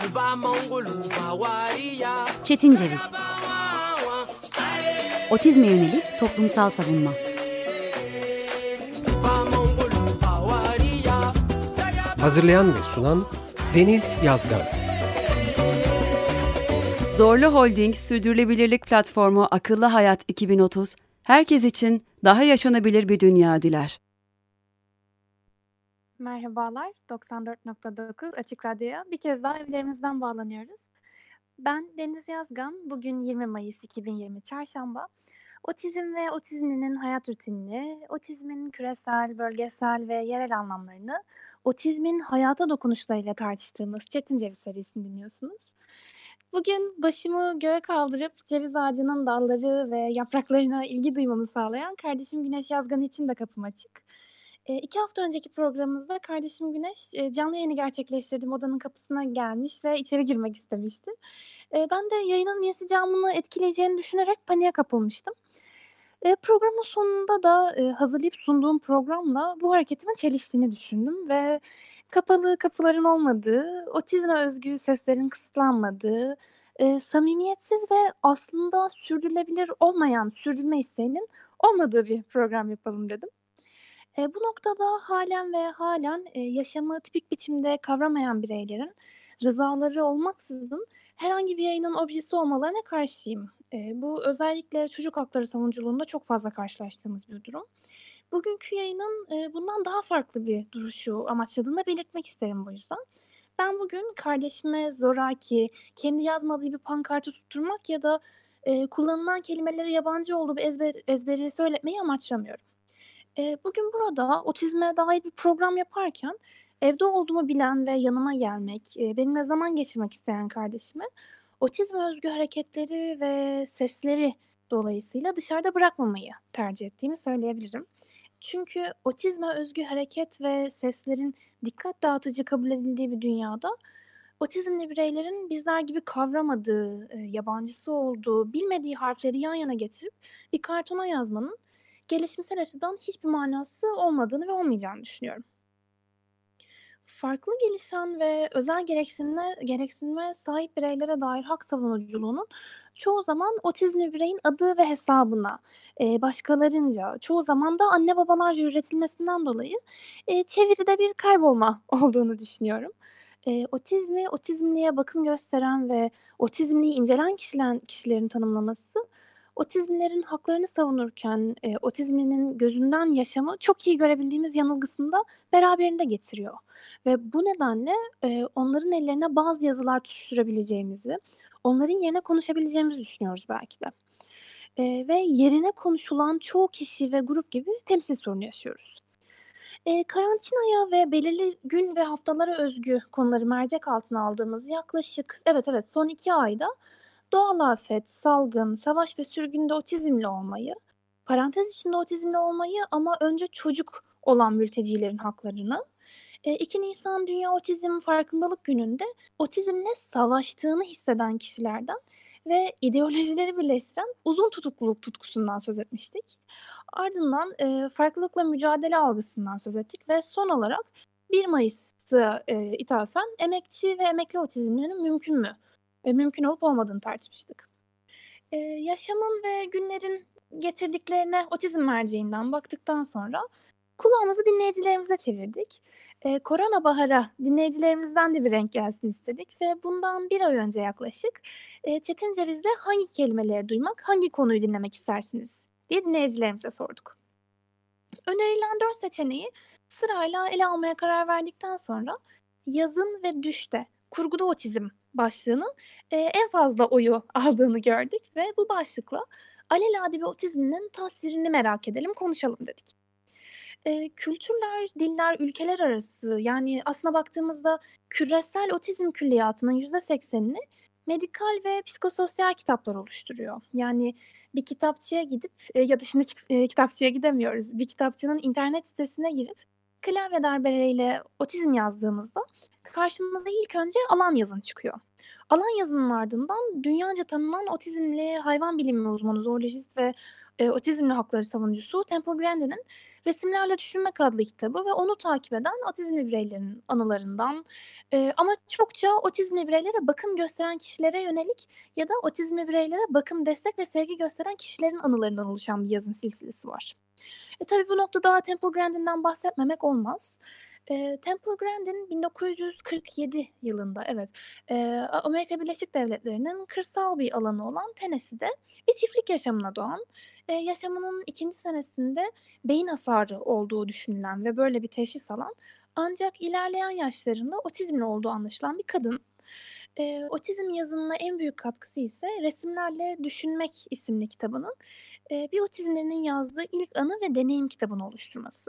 Çetin Ceviz. Otizme yönelik toplumsal savunma. Hazırlayan ve sunan Deniz Yazgan. Zorlu Holding Sürdürülebilirlik Platformu Akıllı Hayat 2030, herkes için daha yaşanabilir bir dünya diler. Merhabalar, 94.9 Açık Radyo'ya bir kez daha evlerimizden bağlanıyoruz. Ben Deniz Yazgan, bugün 20 Mayıs 2020 Çarşamba. Otizm ve otizmlinin hayat rutinini, otizmin küresel, bölgesel ve yerel anlamlarını, otizmin hayata dokunuşlarıyla tartıştığımız Çetin Ceviz serisini dinliyorsunuz. Bugün başımı göğe kaldırıp ceviz ağacının dalları ve yapraklarına ilgi duymamı sağlayan kardeşim Güneş Yazgan için de kapım açık. 2 hafta önceki programımızda kardeşim Güneş canlı yayını gerçekleştirdiğim odanın kapısına gelmiş ve içeri girmek istemişti. Ben de yayının yansıyacağını etkileyeceğini düşünerek paniğe kapılmıştım. Programın sonunda da hazırlayıp sunduğum programla bu hareketimin çeliştiğini düşündüm ve kapalı kapıların olmadığı, otizme özgü seslerin kısıtlanmadığı, samimiyetsiz ve aslında sürdürülebilir olmayan sürdürme isteğinin olmadığı bir program yapalım dedim. Bu noktada halen yaşamı tipik biçimde kavramayan bireylerin rızaları olmaksızın herhangi bir yayının objesi olmalarına karşıyım. Bu özellikle çocuk hakları savunuculuğunda çok fazla karşılaştığımız bir durum. Bugünkü yayının bundan daha farklı bir duruşu amaçladığını da belirtmek isterim bu yüzden. Ben bugün kardeşime zoraki, kendi yazmadığı bir pankartı tutturmak ya da kullanılan kelimeleri yabancı olduğu bir ezberi söyletmeyi amaçlamıyorum. Bugün burada otizme dair bir program yaparken evde olduğumu bilen ve yanıma gelmek, benimle zaman geçirmek isteyen kardeşime otizme özgü hareketleri ve sesleri dolayısıyla dışarıda bırakmamayı tercih ettiğimi söyleyebilirim. Çünkü otizme özgü hareket ve seslerin dikkat dağıtıcı kabul edildiği bir dünyada otizmli bireylerin bizler gibi kavramadığı, yabancısı olduğu, bilmediği harfleri yan yana getirip bir kartona yazmanın gelişimsel açıdan hiçbir manası olmadığını ve olmayacağını düşünüyorum. Farklı gelişen ve özel gereksinime sahip bireylere dair hak savunuculuğunun çoğu zaman otizmli bireyin adı ve hesabına, başkalarınca, çoğu zaman da anne babalarca üretilmesinden dolayı çeviride bir kaybolma olduğunu düşünüyorum. Otizmliye bakım gösteren ve otizmliyi incelen kişilerin tanımlaması, otizmlilerin haklarını savunurken otizmlinin gözünden yaşamı çok iyi görebildiğimiz yanılgısını da beraberinde getiriyor. Ve bu nedenle onların ellerine bazı yazılar tutuşturabileceğimizi, onların yerine konuşabileceğimizi düşünüyoruz belki de. Ve yerine konuşulan çoğu kişi ve grup gibi temsil sorunu yaşıyoruz. Karantinaya ve belirli gün ve haftalara özgü konuları mercek altına aldığımız yaklaşık son 2 ayda doğal afet, salgın, savaş ve sürgünde otizmli olmayı, parantez içinde otizmli olmayı ama önce çocuk olan mültecilerin haklarını, 2 Nisan Dünya Otizm Farkındalık Günü'nde otizmle savaştığını hisseden kişilerden ve ideolojileri birleştiren uzun tutukluluk tutkusundan söz etmiştik. Ardından farklılıkla mücadele algısından söz ettik ve son olarak 1 Mayıs'a ithafen emekçi ve emekli otizmlinin mümkün mü ve mümkün olup olmadığını tartışmıştık. Yaşamın ve günlerin getirdiklerine otizm merceğinden baktıktan sonra kulağımızı dinleyicilerimize çevirdik. Korona Bahar'a dinleyicilerimizden de bir renk gelsin istedik ve bundan 1 ay önce yaklaşık Çetin Ceviz'le hangi kelimeleri duymak, hangi konuyu dinlemek istersiniz diye dinleyicilerimize sorduk. Önerilen 4 seçeneği sırayla ele almaya karar verdikten sonra yazın ve düşte, kurguda otizm başlığının en fazla oyu aldığını gördük ve bu başlıkla alelade bir otizminin tasvirini merak edelim, konuşalım dedik. Kültürler, diller, ülkeler arası yani aslına baktığımızda küresel otizm külliyatının %80'ini medikal ve psikososyal kitaplar oluşturuyor. Yani bir kitapçıya gidip ya da şimdi kitapçıya gidemiyoruz. Bir kitapçının internet sitesine girip klavye darbeleriyle otizm yazdığımızda karşımıza ilk önce alan yazın çıkıyor. Alan yazının ardından dünyaca tanınan otizmli hayvan bilimi uzmanı, zoolojist ve otizmli hakları savunucusu Temple Grandin'in Resimlerle Düşünmek adlı kitabı ve onu takip eden otizmli bireylerin anılarından, ama çokça otizmli bireylere bakım gösteren kişilere yönelik ya da otizmli bireylere bakım, destek ve sevgi gösteren kişilerin anılarından oluşan bir yazın silsilesi var. Tabii bu noktada Temple Grandin'den bahsetmemek olmaz. Temple Grandin 1947 yılında, evet, Amerika Birleşik Devletleri'nin kırsal bir alanı olan Tennessee'de bir çiftlik yaşamına doğan, yaşamının 2. senesinde beyin hasarı olduğu düşünülen ve böyle bir teşhis alan ancak ilerleyen yaşlarında otizmli olduğu anlaşılan bir kadın. Otizm yazınına en büyük katkısı ise Resimlerle Düşünmek isimli kitabının, bir otizmlinin yazdığı ilk anı ve deneyim kitabını oluşturması.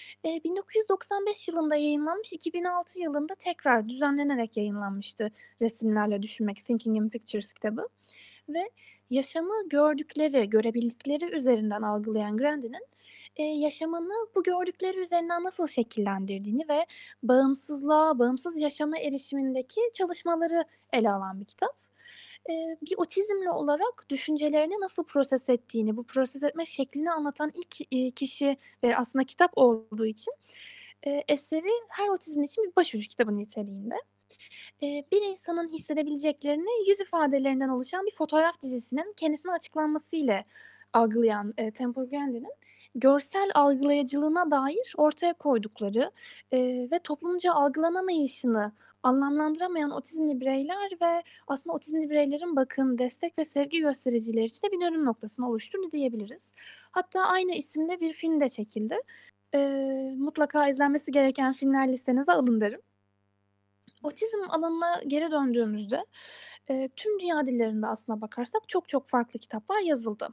1995 yılında yayınlanmış, 2006 yılında tekrar düzenlenerek yayınlanmıştı Resimlerle Düşünmek, Thinking in Pictures kitabı ve yaşamı görebildikleri üzerinden algılayan Grandin'in, yaşamını bu gördükleri üzerinden nasıl şekillendirdiğini ve bağımsız yaşama erişimindeki çalışmaları ele alan bir kitap. Bir otizmli olarak düşüncelerini nasıl proses ettiğini, bu proses etme şeklini anlatan ilk, kişi ve aslında kitap olduğu için, eseri her otizmli için bir başucu kitabı niteliğinde. Bir insanın hissedebileceklerini yüz ifadelerinden oluşan bir fotoğraf dizisinin kendisine açıklanması ile algılayan, Temple Grandin'in görsel algılayıcılığına dair ortaya koydukları, ve toplumca algılanamayışını anlamlandıramayan otizmli bireyler ve aslında otizmli bireylerin bakım, destek ve sevgi göstericileri için de bir dönüm noktasını oluşturdu diyebiliriz. Hatta aynı isimde bir film de çekildi. Mutlaka izlenmesi gereken filmler listenize alın derim. Otizm alanına geri döndüğümüzde, tüm dünya dillerinde aslına bakarsak çok çok farklı kitaplar yazıldı.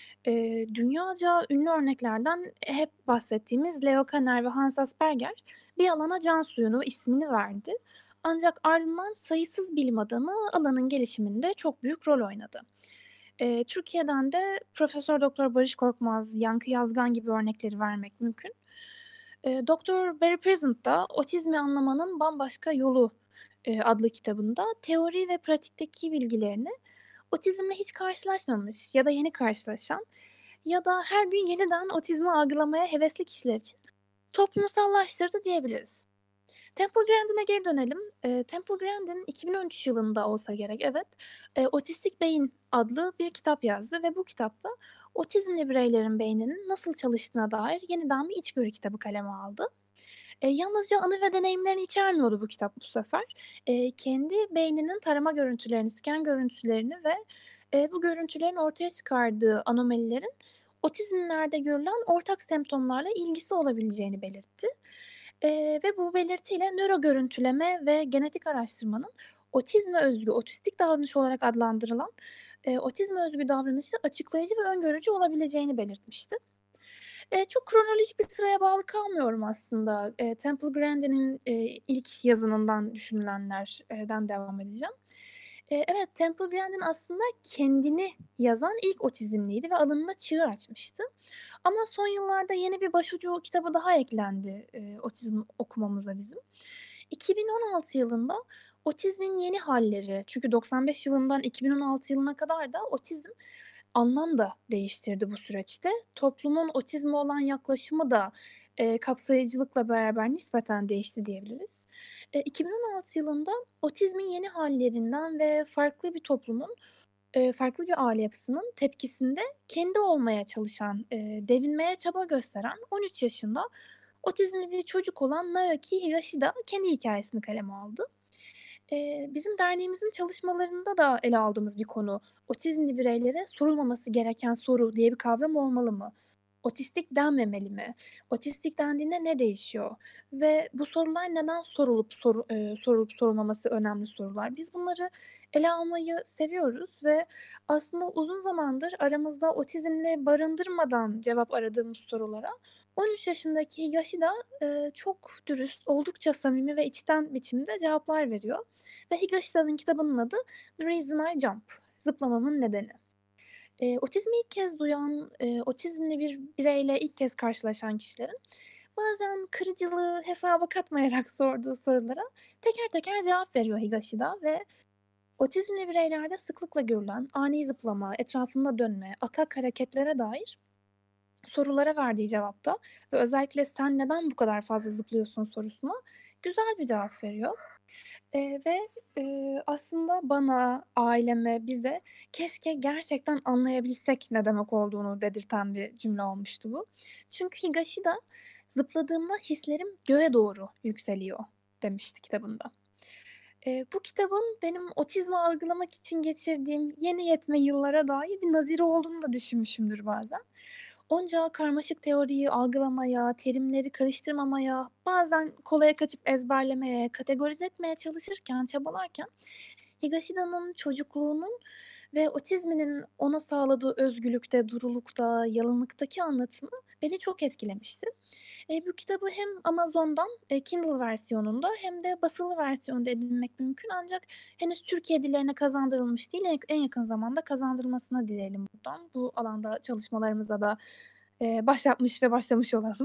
Dünyaca ünlü örneklerden hep bahsettiğimiz Leo Kanner ve Hans Asperger bir alana can suyunu, ismini verdi. Ancak ardından sayısız bilim adamı alanın gelişiminde çok büyük rol oynadı. Türkiye'den de Profesör Doktor Barış Korkmaz, Yankı Yazgan gibi örnekleri vermek mümkün. Dr. Barry Present da Otizmi Anlamanın Bambaşka Yolu adlı kitabında teori ve pratikteki bilgilerini otizmle hiç karşılaşmamış ya da yeni karşılaşan ya da her gün yeniden otizmi algılamaya hevesli kişiler için toplumsallaştırdı diyebiliriz. Temple Grandin'e geri dönelim. Temple Grandin 2013 yılında olsa gerek, evet, Otistik Beyin adlı bir kitap yazdı ve bu kitapta otizmli bireylerin beyninin nasıl çalıştığına dair yeniden bir içgörü kitabı kaleme aldı. Yalnızca anı ve deneyimlerini içermiyordu bu kitap bu sefer. Kendi beyninin tarama görüntülerini, scan görüntülerini ve, bu görüntülerin ortaya çıkardığı anomalilerin otizmlerde görülen ortak semptomlarla ilgisi olabileceğini belirtti. Ve bu belirtiyle nöro görüntüleme ve genetik araştırmanın otizme özgü, otistik davranış olarak adlandırılan, otizme özgü davranışı açıklayıcı ve öngörücü olabileceğini belirtmişti. Çok kronolojik bir sıraya bağlı kalmıyorum aslında. Temple Grandin'in, ilk yazınından düşünülenlerden devam edeceğim. Evet, Temple Grandin aslında kendini yazan ilk otizmliydi ve alanında çığır açmıştı. Ama son yıllarda yeni bir başucu kitabı daha eklendi, otizm okumamıza bizim. 2016 yılında Otizmin Yeni Halleri, çünkü 95 yılından 2016 yılına kadar da otizm anlam da değiştirdi bu süreçte. Toplumun otizme olan yaklaşımı da, kapsayıcılıkla beraber nispeten değişti diyebiliriz. 2016 yılında otizmin yeni hallerinden ve farklı bir toplumun, farklı bir aile yapısının tepkisinde kendi olmaya çalışan, devinmeye çaba gösteren 13 yaşında otizmli bir çocuk olan Naoki Higashida kendi hikâyesini kaleme aldı. Bizim derneğimizin çalışmalarında da ele aldığımız bir konu, otizmli bireylere sorulmaması gereken soru diye bir kavram olmalı mı? Otistik denmemeli mi? Otistik dendiğinde ne değişiyor? Ve bu sorular neden sorulup sorulmaması önemli sorular. Biz bunları ele almayı seviyoruz ve aslında uzun zamandır aramızda otizmle barındırmadan cevap aradığımız sorulara 13 yaşındaki Higashida, çok dürüst, oldukça samimi ve içten biçimde cevaplar veriyor ve Higashida'nın kitabının adı The Reason I Jump, Zıplamamın Nedeni. Otizmi ilk kez duyan, otizmli bir bireyle ilk kez karşılaşan kişilerin bazen kırıcılığı hesaba katmayarak sorduğu sorulara teker teker cevap veriyor Higashida ve Otizmli bireylerde sıklıkla görülen ani zıplama, etrafında dönme, atak hareketlere dair sorulara verdiği cevapta ve özellikle "Sen neden bu kadar fazla zıplıyorsun?" sorusuna güzel bir cevap veriyor. Aslında bana, aileme, bize keşke gerçekten anlayabilsek ne demek olduğunu dedirten bir cümle olmuştu bu. Çünkü Higashida, "Zıpladığımda hislerim göğe doğru yükseliyor." demişti kitabında. Bu kitabın benim otizmi algılamak için geçirdiğim yeni yetme yıllara dair bir naziri olduğunu da düşünmüşümdür bazen. Onca karmaşık teoriyi algılamaya, terimleri karıştırmamaya, bazen kolaya kaçıp ezberlemeye, kategorize etmeye çalışırken, çabalarken Higashida'nın çocukluğunun ve otizminin ona sağladığı özgürlükte, durulukta, yalınlıktaki anlatımı beni çok etkilemişti. Bu kitabı hem Amazon'dan, Kindle versiyonunda hem de basılı versiyonda edinmek mümkün ancak henüz Türkiye dillerine kazandırılmış değil. En yakın zamanda kazandırılmasını dileyelim buradan. Bu alanda çalışmalarımıza da, başlatmış ve başlamış olalım.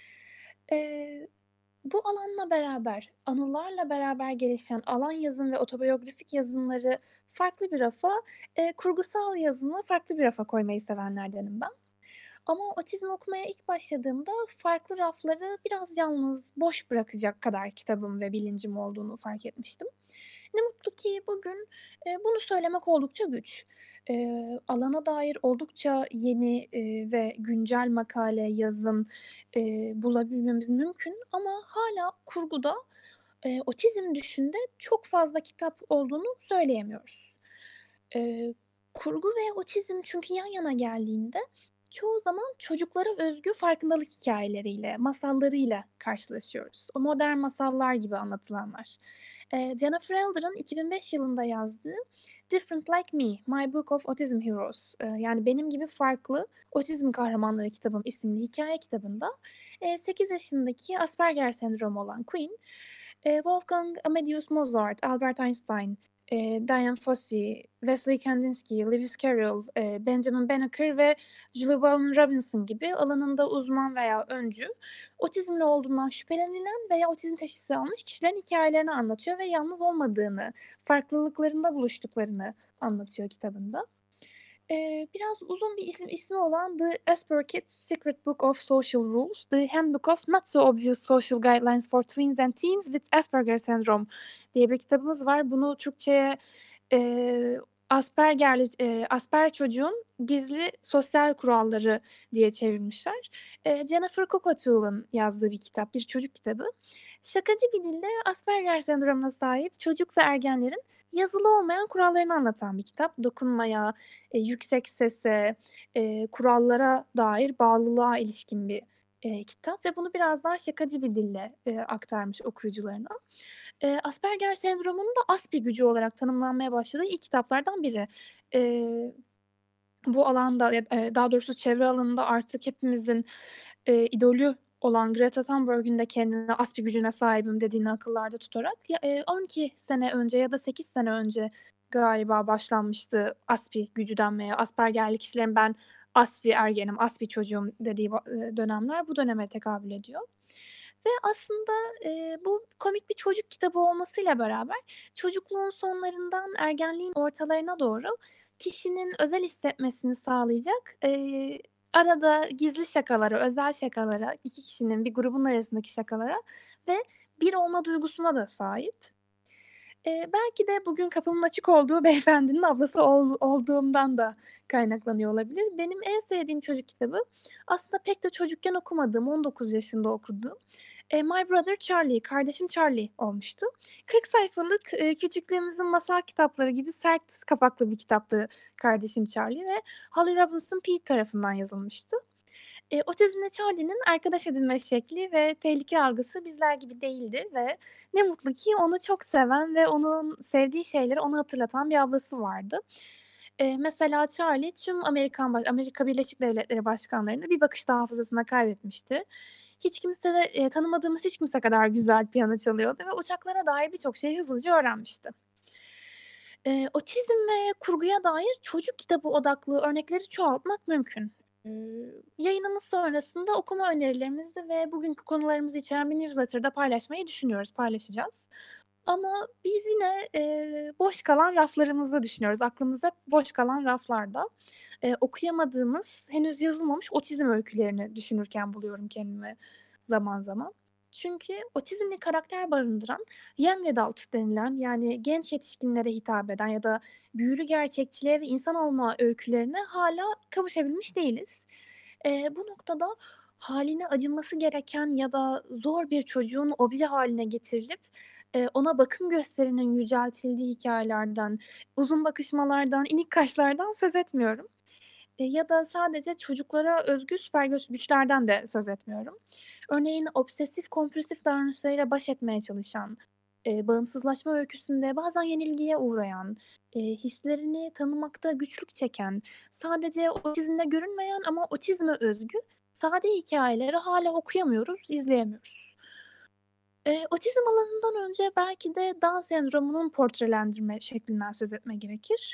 Eee, Bu alanla beraber, anılarla beraber gelişen alan yazım ve otobiyografik yazınları farklı bir rafa, kurgusal yazını farklı bir rafa koymayı sevenlerdenim ben. Ama otizm okumaya ilk başladığımda farklı rafları biraz yalnız, boş bırakacak kadar kitabım ve bilincim olduğunu fark etmiştim. Ne mutlu ki bugün, bunu söylemek oldukça güç. Alana dair oldukça yeni, ve güncel makale, yazım, bulabilmemiz mümkün ama hâlâ kurguda, otizm düşünde çok fazla kitap olduğunu söyleyemiyoruz. Eee, Kurgu ve otizm çünkü yan yana geldiğinde çoğu zaman çocuklara özgü farkındalık hikâyeleriyle, masallarıyla karşılaşıyoruz. O modern masallar gibi anlatılanlar. Jennifer Elder'ın 2005 yılında yazdığı "Different Like Me: My Book of Autism Heroes" yani "Benim Gibi Farklı Otizm Kahramanları Kitabım" isimli hikâye kitabında, 8 yaşındaki Asperger sendromu olan Queen, Wolfgang Amadeus Mozart, Albert Einstein, Dian Fossey, Wesley Kandinsky, Lewis Carroll, Benjamin Banneker ve Julie Bowen Robinson gibi alanında uzman veya öncü, otizmli olduğundan şüphelenilen veya otizm teşhisi almış kişilerin hikâyelerini anlatıyor ve yalnız olmadığını, farklılıklarında buluştuklarını anlatıyor kitabında. Biraz uzun bir ismi olan The Asper Kids Secret Book of Social Rules, The Handbook of Not So Obvious Social Guidelines for Tweens and Teens with Asperger Syndrome diye bir kitabımız var. Bunu Türkçe'ye, Asper çocuğun gizli sosyal kuralları diye çevirmişler. Jennifer Cockatoo'nun yazdığı bir kitap, bir çocuk kitabı. Şakacı bir dille Asperger sendromuna sahip çocuk ve ergenlerin yazılı olmayan kurallarını anlatan bir kitap. Dokunmaya, yüksek sese, kurallara dair bağlılığa ilişkin bir, kitap ve bunu biraz daha şakacı bir dille, aktarmış okuyucularına. Asperger sendromunun da Aspi gücü olarak tanımlanmaya başladığı ilk kitaplardan biri. Eee, Bu alanda daha doğrusu çevre alanında artık hepimizin, idolü olan Greta Thunberg'ün de kendine Aspi gücüne sahibim dediğini akıllarda tutarak 12 sene önce ya da 8 sene önce galiba başlanmıştı Aspi gücü denmeye. Asperger'li kişilerin ben Aspi ergenim, Aspi çocuğum dediği dönemler bu döneme tekabül ediyor. Ve aslında, bu komik bir çocuk kitabı olmasıyla beraber çocukluğun sonlarından ergenliğin ortalarına doğru kişinin özel hissetmesini sağlayacak, arada gizli şakalara, özel şakalara, 2 kişinin, bir grubun arasındaki şakalara ve bir olma duygusuna da sahip. Belki de bugün kapımın açık olduğu beyefendinin ablası olduğumdan da kaynaklanıyor olabilir. Benim en sevdiğim çocuk kitabı aslında pek de çocukken okumadığım, 19 yaşında okuduğum, My Brother Charlie, Kardeşim Charlie olmuştu. 40 sayfalık, küçüklüğümüzün masal kitapları gibi sert kapaklı bir kitaptı Kardeşim Charlie ve Holly Robinson Peete tarafından yazılmıştı. Otizmli Charlie'nin arkadaş edinme şekli ve tehlike algısı bizler gibi değildi ve ne mutlu ki onu çok seven ve onun sevdiği şeyleri ona hatırlatan bir ablası vardı. Mesela Charlie tüm Amerika Birleşik Devletleri başkanlarını bir bakışta hafızasına kaybetmişti. Hiç kimse de tanımadığımız hiç kimse kadar güzel piyano çalıyordu ve uçaklara dair birçok şeyi hızlıca öğrenmişti. Otizm ve kurguya dair çocuk kitabı odaklı örnekleri çoğaltmak mümkün. Yayınımız sonrasında okuma önerilerimizi ve bugünkü konularımızı içeren bir newsletter'da paylaşmayı düşünüyoruz, paylaşacağız. Ama biz yine, boş kalan raflarımızda düşünüyoruz. Aklımız hep boş kalan raflarda. Okuyamadığımız, henüz yazılmamış otizm öykülerini düşünürken buluyorum kendimi zaman zaman. Çünkü otizmli karakter barındıran young adult denilen, yani genç yetişkinlere hitap eden ya da büyülü gerçekçiliğe ve insan olma öykülerine hâlâ kavuşabilmiş değiliz. Bu noktada hâline acınması gereken ya da zor bir çocuğun obje hâline getirilip, ona bakım gösterinin yüceltildiği hikâyelerden, uzun bakışmalardan, inik kaşlardan söz etmiyorum. Ya da sadece çocuklara özgü süper güçlerden de söz etmiyorum. Örneğin obsesif kompulsif davranışlarıyla baş etmeye çalışan, bağımsızlaşma öyküsünde bazen yenilgiye uğrayan, hislerini tanımakta güçlük çeken, sadece otizmde görünmeyen ama otizme özgü sade hikâyeleri hâlâ okuyamıyoruz, izleyemiyoruz. Otizm alanından önce belki de Down sendromunun portrelendirme şeklinden söz etme gerekir.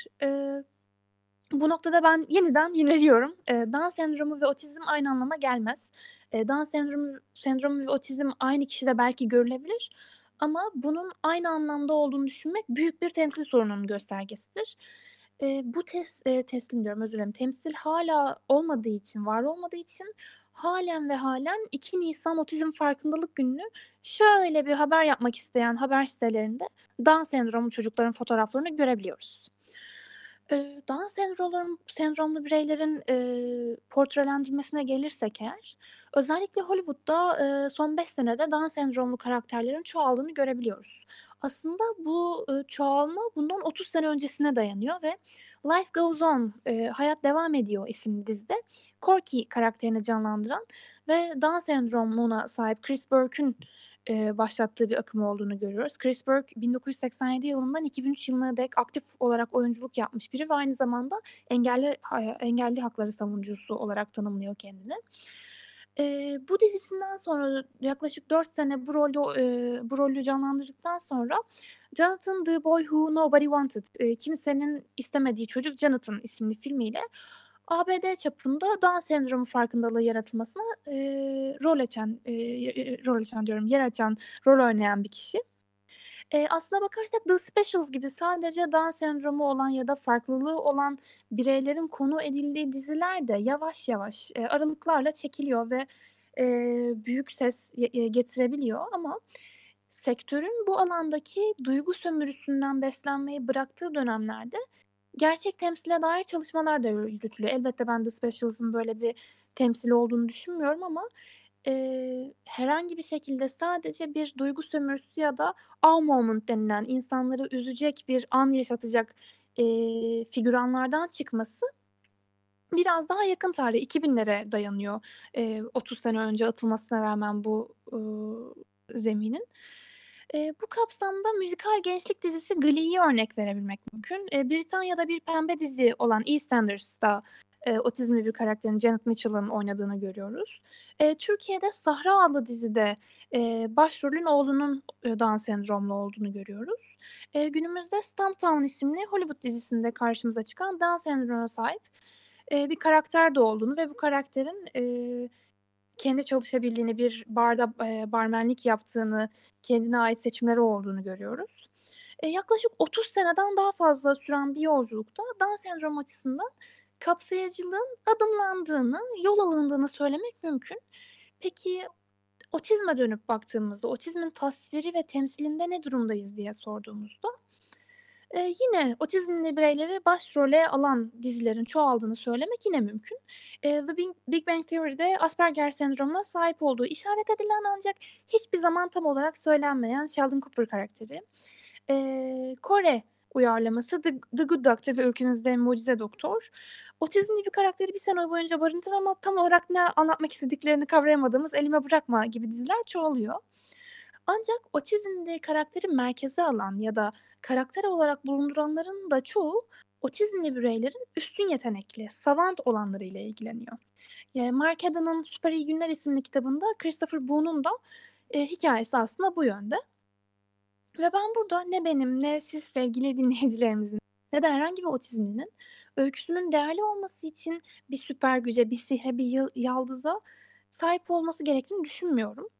Bu noktada ben yeniden yineliyorum. Down sendromu ve otizm aynı anlama gelmez. Down sendromu ve otizm aynı kişide belki görülebilir ama bunun aynı anlamda olduğunu düşünmek büyük bir temsil sorununun göstergesidir. Bu teslim diyorum, özür dilerim. Temsil hâlâ olmadığı için, var olmadığı için hâlen ve hâlen 2 Nisan Otizm Farkındalık Günü'nü şöyle bir haber yapmak isteyen haber sitelerinde Down sendromlu çocukların fotoğraflarını görebiliyoruz. Down sendromlu bireylerin, portrelendirmesine gelirsek eğer, özellikle Hollywood'da, son 5 senede Down sendromlu karakterlerin çoğaldığını görebiliyoruz. Aslında bu, çoğalma bundan 30 sene öncesine dayanıyor ve Life Goes On, Hayat Devam Ediyor isimli dizide Corky karakterini canlandıran ve Down sendromuna sahip Chris Burke'ün, başlattığı bir akım olduğunu görüyoruz. Chris Burke 1987 yılından 2003 yılına dek aktif olarak oyunculuk yapmış biri ve aynı zamanda engelli hakları savunucusu olarak tanımlıyor kendini. Bu dizisinden sonra yaklaşık 4 sene bu rolü canlandırdıktan sonra Jonathan The Boy Who Nobody Wanted, Kimsenin İstemediği Çocuk Jonathan isimli filmiyle ABD çapında Down sendromu farkındalığı yaratılmasına, yer açan, rol oynayan bir kişi. Aslına bakarsak The Specials gibi sadece Down sendromu olan ya da farklılığı olan bireylerin konu edildiği diziler de yavaş yavaş, aralıklarla çekiliyor ve, büyük ses getirebiliyor ama sektörün bu alandaki duygu sömürüsünden beslenmeyi bıraktığı dönemlerde gerçek temsile dair çalışmalar da yürütülüyor. Elbette ben The Specials'ın böyle bir temsili olduğunu düşünmüyorum ama, herhangi bir şekilde sadece bir duygu sömürüsü ya da "aha moment" denilen insanları üzecek bir an yaşatacak, figüranlardan çıkması biraz daha yakın tarih, 2000'lere dayanıyor, 30 sene önce atılmasına rağmen bu, zeminin. Bu kapsamda müzikal gençlik dizisi Glee'yi örnek verebilmek mümkün. Britanya'da bir pembe dizi olan EastEnders'ta, otizmli bir karakterin Janet Mitchell'ın oynadığını görüyoruz. Türkiye'de Sahra adlı dizide, başrolün oğlunun, Down sendromlu olduğunu görüyoruz. Günümüzde Stumptown isimli Hollywood dizisinde karşımıza çıkan Down sendromuna sahip, bir karakter de olduğunu ve bu karakterin, kendi çalışabildiğini, bir barda, barmenlik yaptığını, kendine ait seçimleri olduğunu görüyoruz. Yaklaşık 30 seneden daha fazla süren bir yolculukta Down sendromu açısından kapsayıcılığın adımlandığını, yol alındığını söylemek mümkün. Peki, otizme dönüp baktığımızda, otizmin tasviri ve temsilinde ne durumdayız diye sorduğumuzda, yine otizmli bireyleri başrole alan dizilerin çoğaldığını söylemek yine mümkün. The Big Bang Theory'de Asperger sendromuna sahip olduğu işaret edilen ancak hiçbir zaman tam olarak söylenmeyen Sheldon Cooper karakteri. Kore uyarlaması The Good Doctor ve ülkemizde Mucize Doktor, otizmli bir karakteri bir sene boyunca barındırır ama tam olarak ne anlatmak istediklerini kavrayamadığımız Elime Bırakma gibi diziler çoğalıyor. Ancak otizmli karakteri merkeze alan ya da karakter olarak bulunduranların da çoğu otizmli bireylerin üstün yetenekli, savant olanlarıyla ilgileniyor. Mark Haddon'ın Süper İyi Günler isimli kitabında Christopher Boone'un da, hikâyesi aslında bu yönde ve ben burada ne benim ne siz sevgili dinleyicilerimizin ne de herhangi bir otizmlinin öyküsünün değerli olması için bir süper güce, bir sihre, bir yaldıza sahip olması gerektiğini düşünmüyorum.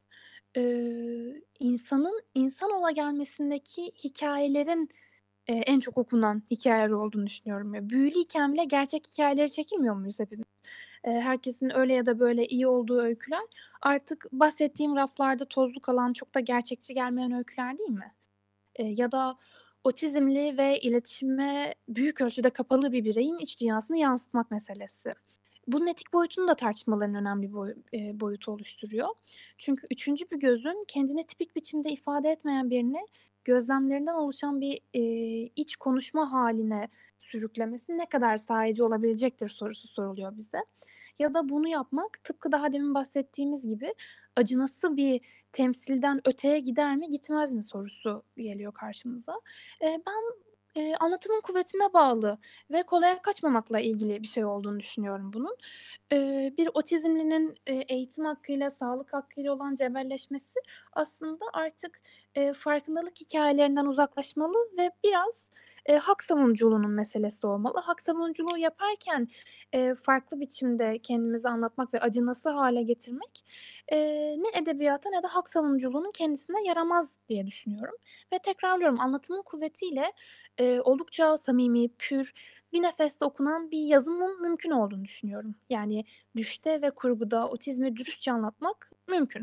İnsanın insan ola gelmesindeki hikâyelerin, en çok okunan hikâyeler olduğunu düşünüyorum. Ya, büyülüyken bile gerçek hikâyeleri çekilmiyor muyuz hepimiz? Herkesin öyle ya da böyle iyi olduğu öyküler artık bahsettiğim raflarda tozlu kalan, çok da gerçekçi gelmeyen öyküler değil mi? Ya da otizmli ve iletişime büyük ölçüde kapalı bir bireyin iç dünyasını yansıtmak meselesi. Bunun etik boyutunu da tartışmaların önemli boyutu oluşturuyor. Çünkü üçüncü bir gözün kendini tipik biçimde ifade etmeyen birini gözlemlerinden oluşan bir, iç konuşma haline sürüklemesi ne kadar sahici olabilecektir sorusu soruluyor bize. Ya da bunu yapmak tıpkı daha demin bahsettiğimiz gibi acınası bir temsilden öteye gider mi gitmez mi sorusu geliyor karşımıza. Ben, anlatımın kuvvetine bağlı ve kolaya kaçmamakla ilgili bir şey olduğunu düşünüyorum bunun. Bir otizmlinin, eğitim hakkıyla, sağlık hakkıyla olan cebelleşmesi aslında artık, farkındalık hikâyelerinden uzaklaşmalı ve biraz, hak savunuculuğunun meselesi olmalı. Hak savunuculuğu yaparken, farklı biçimde kendimizi anlatmak ve acınası hâle getirmek, ne edebiyata ne de hak savunuculuğunun kendisine yaramaz diye düşünüyorum ve tekrarlıyorum, anlatımın kuvvetiyle, oldukça samimi, pür, bir nefeste okunan bir yazımın mümkün olduğunu düşünüyorum. Yani düşte ve kurguda otizmi dürüstçe anlatmak mümkün.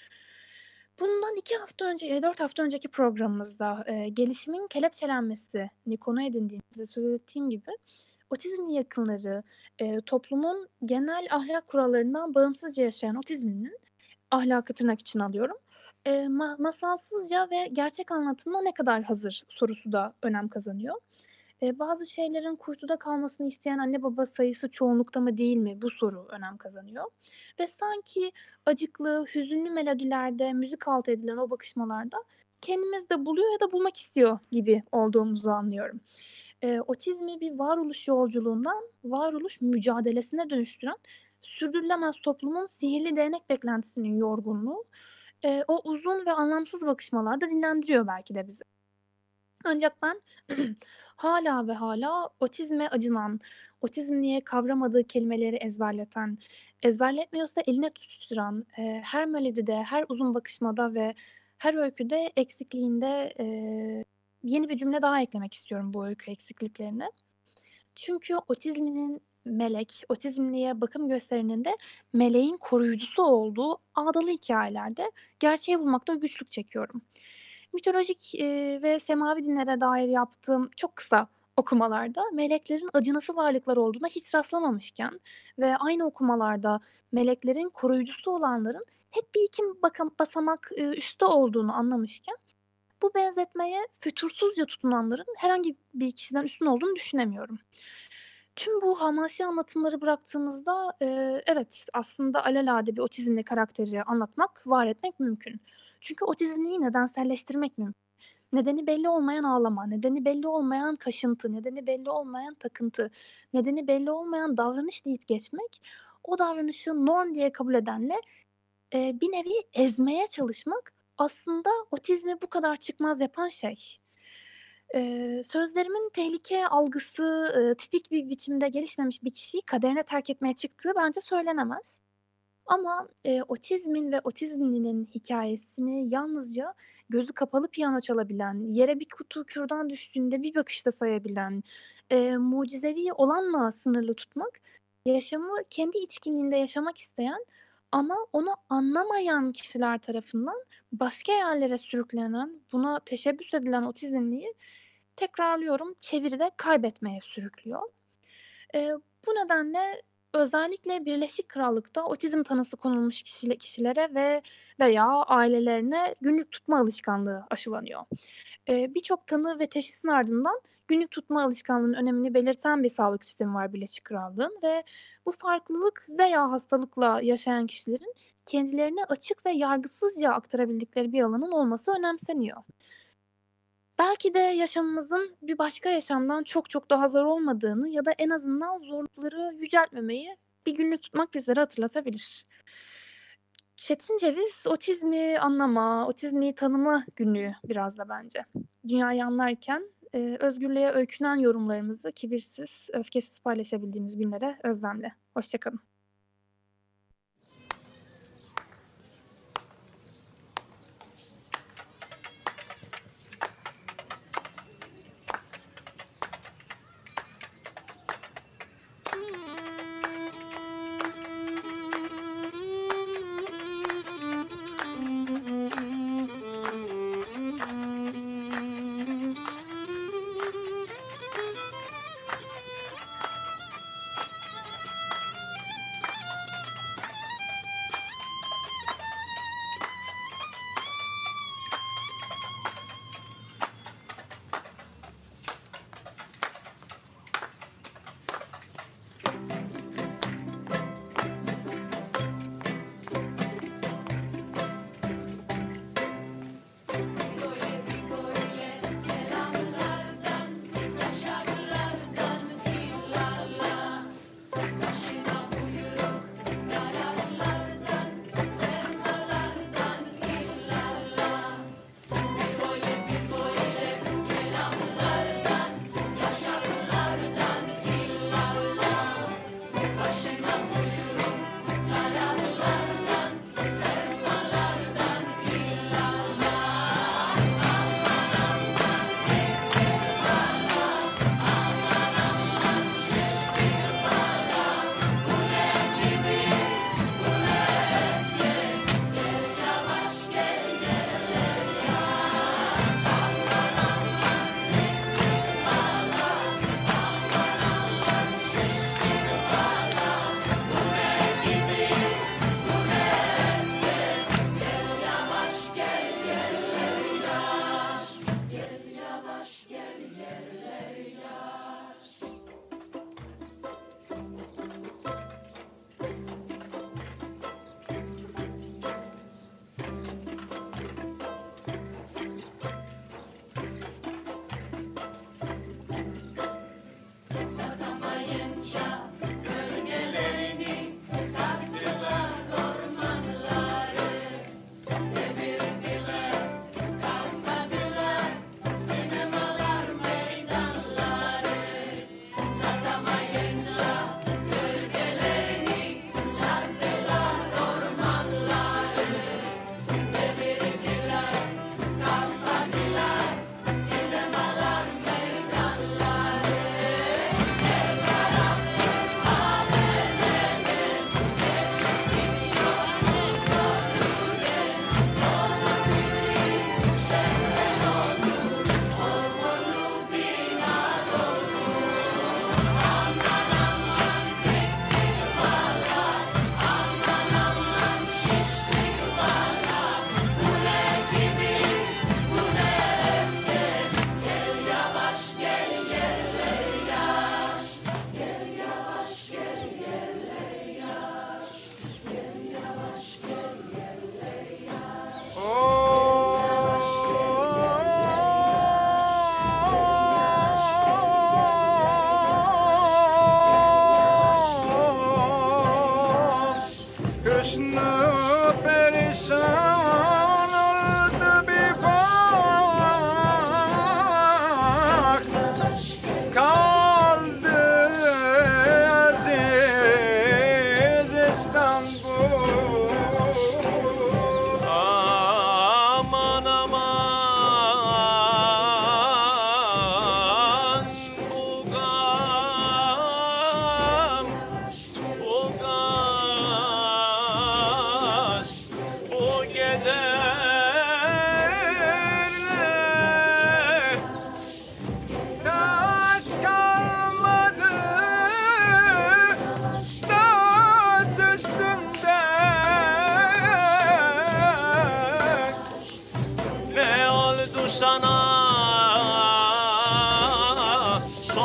Bundan 2 hafta önce, 4 hafta önceki programımızda, gelişimin kelepçelenmesini konu edindiğimizde söz ettiğim gibi otizmli yakınları, toplumun genel ahlak kurallarından bağımsızca yaşayan otizmlinin ahlakı tırnak içine alıyorum, masalsızca ve gerçek anlatımla ne kadar hazır sorusu da önem kazanıyor. Bazı şeylerin kuytuda kalmasını isteyen anne baba sayısı çoğunlukta mı değil mi? Bu soru önem kazanıyor ve sanki acıklı, hüzünlü melodilerde müzik altı edilen o bakışmalarda kendimizi de buluyor ya da bulmak istiyor gibi olduğumuzu anlıyorum. Otizmi bir varoluş yolculuğundan varoluş mücadelesine dönüştüren sürdürülemez toplumun sihirli değnek beklentisinin yorgunluğu, o uzun ve anlamsız bakışmalarda dinlendiriyor belki de bizi. Ancak ben hâlâ ve hâlâ otizme acınan, otizmliye kavramadığı kelimeleri ezberleten, ezberletmiyorsa eline tutuşturan, her melodide, her uzun bakışmada ve her öyküde eksikliğinde, yeni bir cümle daha eklemek istiyorum bu öykü eksikliklerine. Çünkü otizmlinin melek, otizmliye bakım gösterenin de meleğin koruyucusu olduğu ağdalı hikâyelerde gerçeği bulmakta güçlük çekiyorum. Mitolojik, ve semavi dinlere dair yaptığım çok kısa okumalarda meleklerin acınası varlıklar olduğuna hiç rastlamamışken ve aynı okumalarda meleklerin koruyucusu olanların hep bir iki basamak, üstte olduğunu anlamışken bu benzetmeye fütursuzca tutunanların herhangi bir kişiden üstün olduğunu düşünemiyorum. Tüm bu hamasi anlatımları bıraktığımızda, evet, aslında alelade bir otizmli karakteri anlatmak, var etmek mümkün. Çünkü otizmliyi nedenselleştirmek mümkün. Nedeni belli olmayan ağlama, nedeni belli olmayan kaşıntı, nedeni belli olmayan takıntı, nedeni belli olmayan davranış deyip geçmek, o davranışı norm diye kabul edenle, bir nevi ezmeye çalışmak aslında otizmi bu kadar çıkmaz yapan şey. Sözlerimin tehlike algısı, tipik bir biçimde gelişmemiş bir kişiyi kaderine terk etmeye çıktığı bence söylenemez. Ama, otizmin ve otizmlinin hikâyesini yalnızca gözü kapalı piyano çalabilen, yere bir kutu kürdan düştüğünde bir bakışta sayabilen, mucizevi olanla sınırlı tutmak, yaşamı kendi içkinliğinde yaşamak isteyen ama onu anlamayan kişiler tarafından başka yerlere sürüklenen, buna teşebbüs edilen otizmliyi tekrarlıyorum, çeviride kaybetmeye sürüklüyor. Eee, Bu nedenle özellikle Birleşik Krallık'ta otizm tanısı konulmuş kişilere veya ailelerine günlük tutma alışkanlığı aşılanıyor. Birçok tanı ve teşhisin ardından günlük tutma alışkanlığının önemini belirten bir sağlık sistemi var Birleşik Krallığın ve bu farklılık veya hastalıkla yaşayan kişilerin kendilerine açık ve yargısızca aktarabildikleri bir alanın olması önemseniyor. Belki de yaşamımızın bir başka yaşamdan çok çok daha zor olmadığını ya da en azından zorlukları yüceltmemeyi bir günlük tutmak bizlere hatırlatabilir. Çetin Ceviz, otizmi anlama, otizmi tanıma günlüğü biraz da bence. Dünyayı anlarken, özgürlüğe öykünen yorumlarımızı kibirsiz, öfkesiz paylaşabildiğimiz günlere özlemle. Hoşça kalın.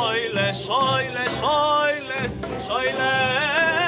söyle, söyle, söyle, söyle.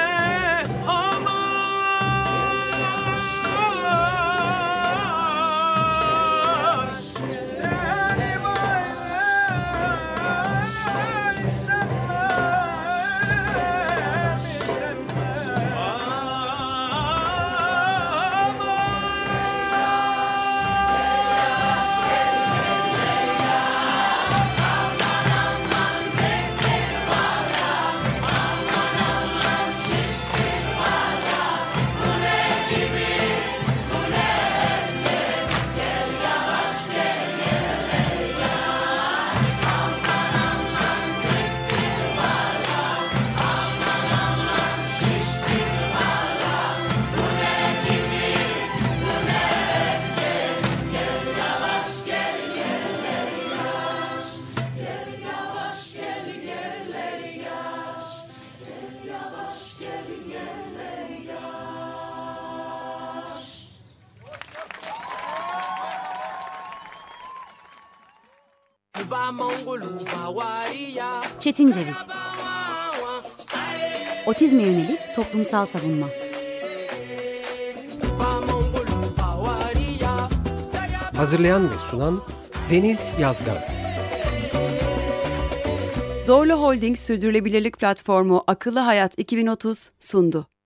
Çetin Ceviz. Otizme yönelik toplumsal savunma. Hazırlayan ve sunan Deniz Yazgan. Zorlu Holding Sürdürülebilirlik Platformu Akıllı Hayat 2030 sundu.